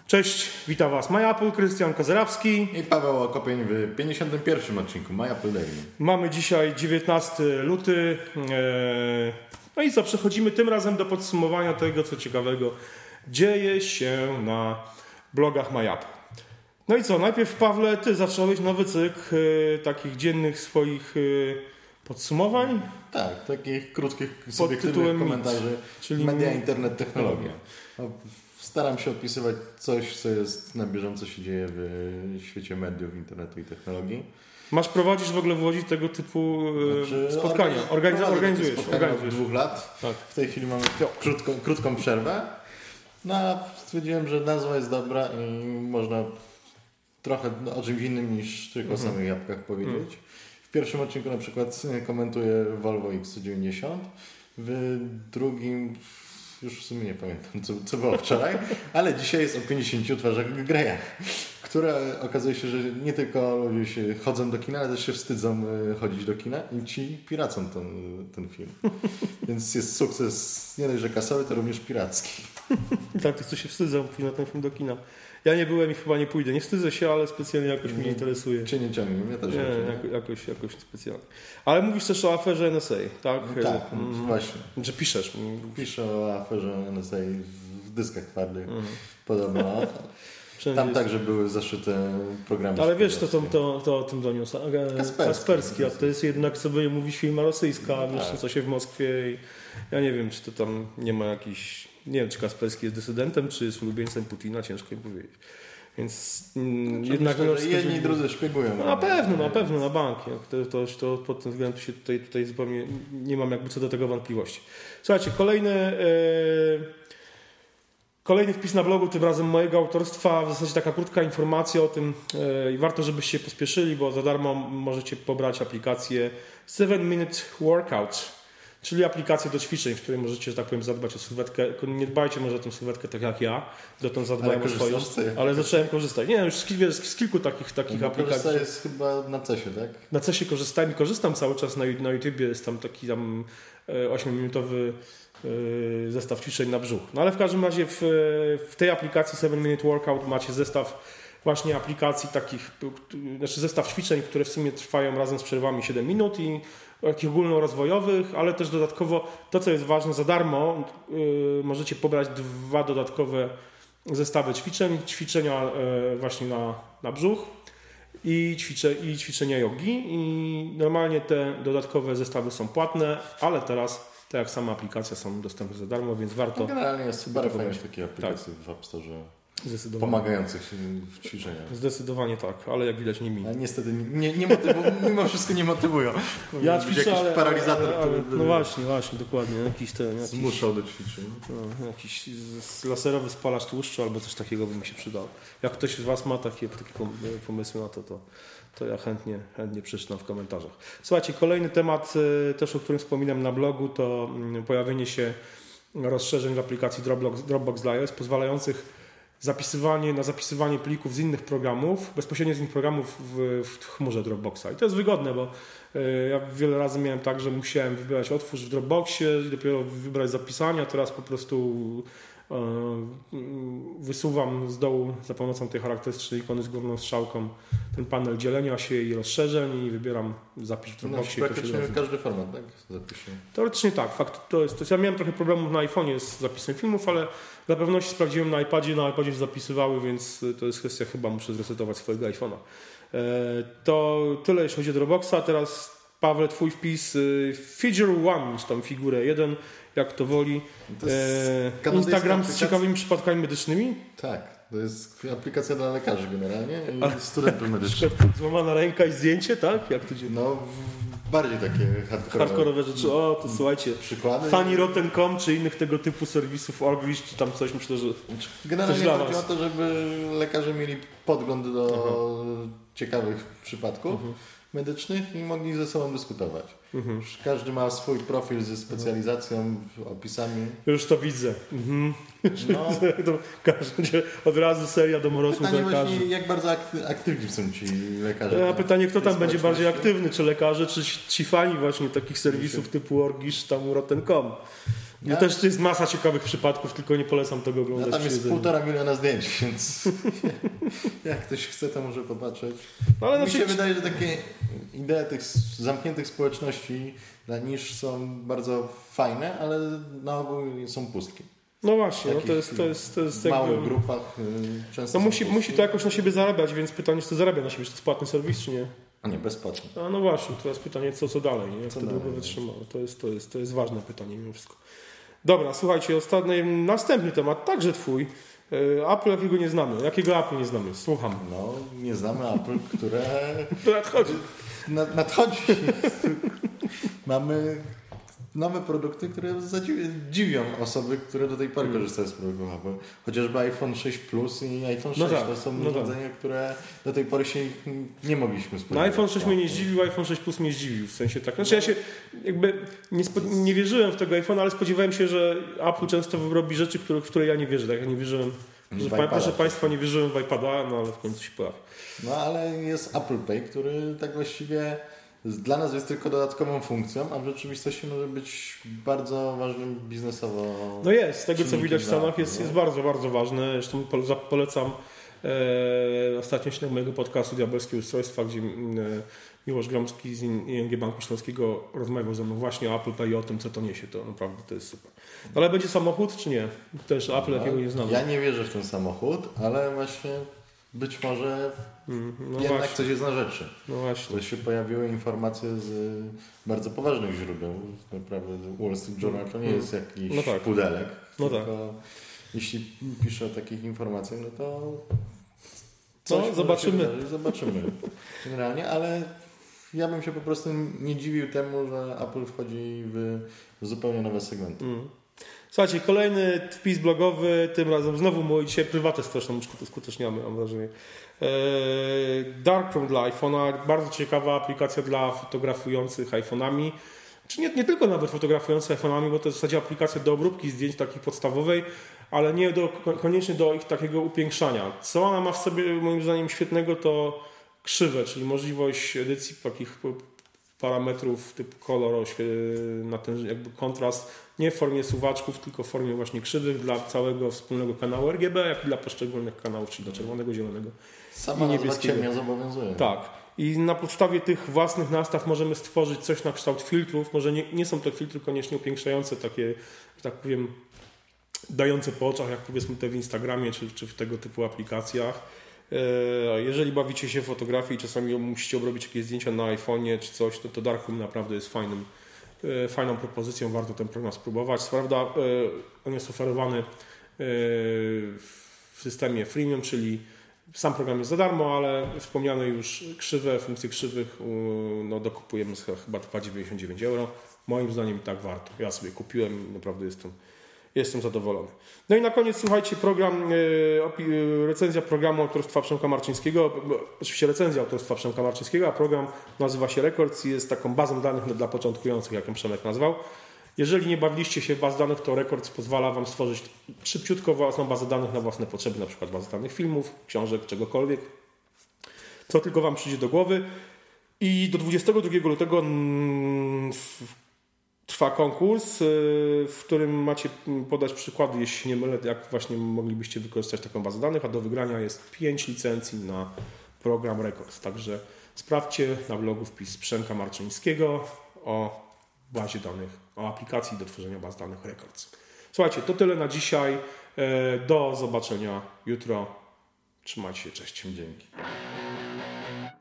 Cześć, witam Was MyApple, Krystian Kazerawski i Paweł Okopień w 51. odcinku MyApple Daily. Mamy dzisiaj 19 luty. No i co, przechodzimy tym razem do podsumowania tego, co ciekawego dzieje się na blogach MyApple. No i co, najpierw Pawle, Ty zacząłeś nowy cykl takich dziennych swoich podsumowań. Tak, takich krótkich, subiektywnych komentarzy, czyli media, internet, technologia. No, staram się opisywać coś, co jest na bieżąco się dzieje w świecie mediów, internetu i technologii. Masz prowadzić w ogóle w Łodzi tego typu spotkania? Organizujesz spotkania od 2 lat. Tak. W tej chwili mamy krótką przerwę. No a stwierdziłem, że nazwa jest dobra i można trochę o czymś innym niż tylko o samych jabłkach powiedzieć. W pierwszym odcinku na przykład komentuję Volvo XC90. W drugim już w sumie nie pamiętam, co było wczoraj, ale dzisiaj jest o 50 twarzach Greya, które okazuje się, że nie tylko ludzie się chodzą do kina, ale też się wstydzą chodzić do kina i ci piracą ten film. Więc jest sukces nie dość, że kasowy, to również piracki. Tak, tych co się wstydzą pójść na ten film do kina. Ja nie byłem i chyba nie pójdę. Nie wstydzę się, ale specjalnie jakoś mnie interesuje. Cię nie ciągnie, mnie też nie. Jakoś specjalnie. Ale mówisz też o aferze NSA, tak? Tak, właśnie. Że piszesz. Piszę o aferze NSA w dyskach twardych. Podobno. Tam także były zaszyte programy. Ale wiesz, to o tym doniósł Kasperski, a to jest jednak, co by mówić, firma rosyjska, wiesz, co się w Moskwie i ja nie wiem, czy to tam nie ma jakiś, nie wiem, czy Kasperski jest dysydentem, czy jest ulubieńcem Putina, ciężko mi powiedzieć. Więc jednak... Myślę, że jedni i drudzy szpiegują. No, na pewno, na bank. To pod tym względem się tutaj zupełnie nie mam jakby co do tego wątpliwości. Słuchajcie, Kolejny wpis na blogu, tym razem mojego autorstwa, w zasadzie taka krótka informacja o tym i warto, żebyście się pospieszyli, bo za darmo możecie pobrać aplikację 7-Minute Workout, czyli aplikację do ćwiczeń, w której możecie, że tak powiem, zadbać o sylwetkę. Nie dbajcie może o tę sylwetkę tak jak ja, dotąd zadbałem o swoją, ale zacząłem korzystać. Nie wiem, już z kilku takich aplikacji. Korzysta jest chyba na CESie, tak? Na CESie korzystam cały czas na YouTubie, jest tam taki 8-minutowy zestaw ćwiczeń na brzuch. No ale w każdym razie w tej aplikacji 7-Minute Workout macie zestaw właśnie aplikacji takich, znaczy zestaw ćwiczeń, które w sumie trwają razem z przerwami 7 minut i takich ogólnorozwojowych, ale też dodatkowo to, co jest ważne, za darmo możecie pobrać 2 dodatkowe zestawy ćwiczeń, ćwiczenia właśnie na brzuch i ćwiczenia jogi i normalnie te dodatkowe zestawy są płatne, ale teraz tak jak sama aplikacja są dostępne za darmo, więc warto... Generalnie jest super fajnie takie aplikacje w App Store pomagających w ćwiczeniach. Zdecydowanie tak, ale jak widać nie mi. Ale niestety mimo wszystko nie motywują. Ja ćwiczę, jakiś paralizator, który no właśnie, dokładnie. zmuszał do ćwiczeń. No, jakiś laserowy spalacz tłuszczu albo coś takiego by mi się przydało. Jak ktoś z Was ma takie pomysły na to ja chętnie przeczytam w komentarzach. Słuchajcie, kolejny temat, też o którym wspominam na blogu, to pojawienie się rozszerzeń w aplikacji Dropbox dla iOS pozwalających na zapisywanie plików z innych programów, bezpośrednio z innych programów w chmurze Dropboxa. I to jest wygodne, bo ja wiele razy miałem tak, że musiałem wybierać otwórz w Dropboxie i dopiero wybrać zapisania, teraz po prostu wysuwam z dołu za pomocą tej charakterystycznej ikony z górną strzałką ten panel dzielenia się i rozszerzeń i wybieram zapis w Dropboxie. Praktycznie każdy format, tak? Zapiszę. Teoretycznie tak. Ja miałem trochę problemów na iPhone'ie z zapisem filmów, ale dla pewności sprawdziłem na iPadzie się zapisywały, więc to jest kwestia, chyba muszę zresetować swojego iPhone'a. To tyle, jeśli chodzi o Dropboxa. Teraz Paweł, twój wpis Figure 1, czy tam figurę 1, jak to woli. Instagram z ciekawymi przypadkami medycznymi? Tak, to jest aplikacja dla lekarzy generalnie i studentów medycznych. Złamana ręka i zdjęcie, tak? Jak to dzieje? No, bardziej takie hardkorowe rzeczy. O, to słuchajcie, przykłady. Funny.com czy innych tego typu serwisów, Orglish czy tam coś, myślę, że generalnie chodzi o to, żeby lekarze mieli podgląd do ciekawych przypadków medycznych i mogli ze sobą dyskutować. Każdy ma swój profil ze specjalizacją, opisami. Już to widzę. No. Każdy, od razu seria domorosłych lekarzy. Właśnie, jak bardzo aktywni są ci lekarze. A pytanie, kto tam będzie bardziej aktywny, czy lekarze, czy ci fani właśnie takich serwisów typu Orgish, tam Rotten.com. Ja też jest masa ciekawych przypadków, tylko nie polecam tego oglądać. Tam jest 1,5 miliona zdjęć, więc jak ktoś chce, to może popatrzeć. No, ale mi się wydaje, że takie idee tych zamkniętych społeczności na nisz są bardzo fajne, ale na ogół są pustki. No właśnie, to jest w małych grupach często. No musi to jakoś na siebie zarabiać, więc pytanie, czy to zarabia na siebie, czy to jest płatny serwis, czy nie? A nie, bezpłatny. A no właśnie, teraz pytanie, co dalej, nie? Jak to długo wytrzymało. To jest ważne pytanie mimo wszystko. Dobra, słuchajcie, następny temat, także twój. Apple, jakiego nie znamy. Jakiego Apple nie znamy? Słucham. No, nie znamy Apple, które nadchodzi. Nadchodzi. Mamy nowe produkty, które w zasadzie dziwią osoby, które do tej pory korzystają z produktów Apple. Chociażby iPhone 6 Plus i iPhone 6 to są urządzenia, które do tej pory się nie mogliśmy spodziewać. No iPhone 6 mnie nie zdziwił, iPhone 6 Plus mnie zdziwił. W sensie tak. Znaczy ja się jakby nie wierzyłem w tego iPhone'a, ale spodziewałem się, że Apple często robi rzeczy, w które ja nie wierzę. Tak, ja nie wierzyłem. Proszę Państwa, nie wierzyłem w iPada, no ale w końcu się pojawi. No ale jest Apple Pay, który tak właściwie dla nas jest tylko dodatkową funkcją, a w rzeczywistości może być bardzo ważnym biznesowo. No jest, z tego co widać w Stanach jest bardzo, bardzo ważne. Zresztą polecam ostatnio śledzę mojego podcastu Diabelskie Ustrojstwa, gdzie Miłosz Gromski z ING Banku Śląskiego rozmawiał ze mną właśnie o Apple Pay i o tym, co to niesie. To naprawdę to jest super. No, ale będzie samochód, czy nie? Też Apple jakiego nie znamy. Ja nie wierzę w ten samochód, ale właśnie być może jednak właśnie. Coś jest na rzeczy. No właśnie. To się pojawiły informacje z bardzo poważnych źródeł. Naprawdę Wall Street Journal to nie jest jakiś pudelek. No tylko jeśli pisze o takich informacjach, no to zobaczymy. Zobaczymy. Generalnie, ale ja bym się po prostu nie dziwił temu, że Apple wchodzi w zupełnie nowe segmenty. Słuchajcie, kolejny wpis blogowy, tym razem znowu mój, dzisiaj prywatę straszną uskuteczniamy, mam wrażenie. Darkroom dla iPhone'a, bardzo ciekawa aplikacja dla fotografujących iPhone'ami. Czy nie tylko nawet fotografujących iPhone'ami, bo to jest w zasadzie aplikacja do obróbki zdjęć takiej podstawowej, ale nie koniecznie do ich takiego upiększania. Co ona ma w sobie moim zdaniem świetnego, to krzywe, czyli możliwość edycji takich parametrów typu kolor, jakby kontrast, nie w formie suwaczków, tylko w formie właśnie krzywych dla całego wspólnego kanału RGB, jak i dla poszczególnych kanałów, czyli dla czerwonego, zielonego i niebieskiego. Ciemnia zobowiązuje. Tak. I na podstawie tych własnych nastaw możemy stworzyć coś na kształt filtrów. Może nie są to filtry koniecznie upiększające, takie, że tak powiem, dające po oczach, jak powiedzmy te w Instagramie czy w tego typu aplikacjach. Jeżeli bawicie się w fotografię i czasami musicie obrobić jakieś zdjęcia na iPhone'ie czy coś, to Darkroom naprawdę jest fajną propozycją, warto ten program spróbować. Co prawda on jest oferowany w systemie freemium, czyli sam program jest za darmo, ale wspomniane już funkcje krzywych dokupujemy za chyba 2,99 €. Moim zdaniem i tak warto. Ja sobie kupiłem, naprawdę jestem zadowolony. No i na koniec słuchajcie, recenzja programu autorstwa Przemka Marczyńskiego. Oczywiście recenzja autorstwa Przemka Marczyńskiego, a program nazywa się Records i jest taką bazą danych dla początkujących, jak ją Przemek nazwał. Jeżeli nie bawiliście się w baz danych, to Records pozwala Wam stworzyć szybciutko własną bazę danych na własne potrzeby, na przykład bazę danych filmów, książek, czegokolwiek, co tylko Wam przyjdzie do głowy. I do 22 lutego trwa konkurs, w którym macie podać przykłady, jeśli się nie mylę, jak właśnie moglibyście wykorzystać taką bazę danych, a do wygrania jest 5 licencji na program Records. Także sprawdźcie na blogu wpis Przemka Marczyńskiego o bazie danych, o aplikacji do tworzenia baz danych Records. Słuchajcie, to tyle na dzisiaj. Do zobaczenia jutro. Trzymajcie się, cześć. Dzięki.